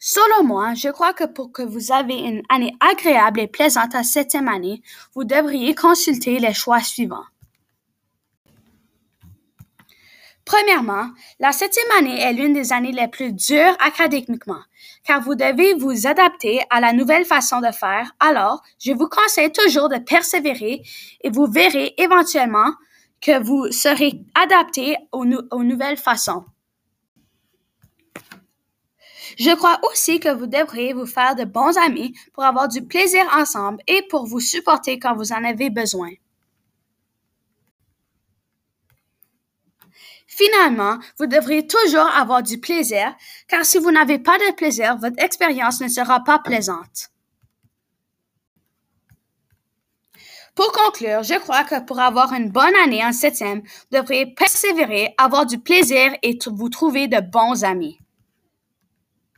Selon moi, je crois que pour que vous ayez une année agréable et plaisante en septième année, vous devriez consulter les choix suivants. Premièrement, la septième année est l'une des années les plus dures académiquement, car vous devez vous adapter à la nouvelle façon de faire. Alors, je vous conseille toujours de persévérer et vous verrez éventuellement que vous serez adapté aux nouvelles façons. Je crois aussi que vous devriez vous faire de bons amis pour avoir du plaisir ensemble et pour vous supporter quand vous en avez besoin. Finalement, vous devriez toujours avoir du plaisir, car si vous n'avez pas de plaisir, votre expérience ne sera pas plaisante. Pour conclure, je crois que pour avoir une bonne année en septième, vous devriez persévérer, avoir du plaisir et vous trouver de bons amis.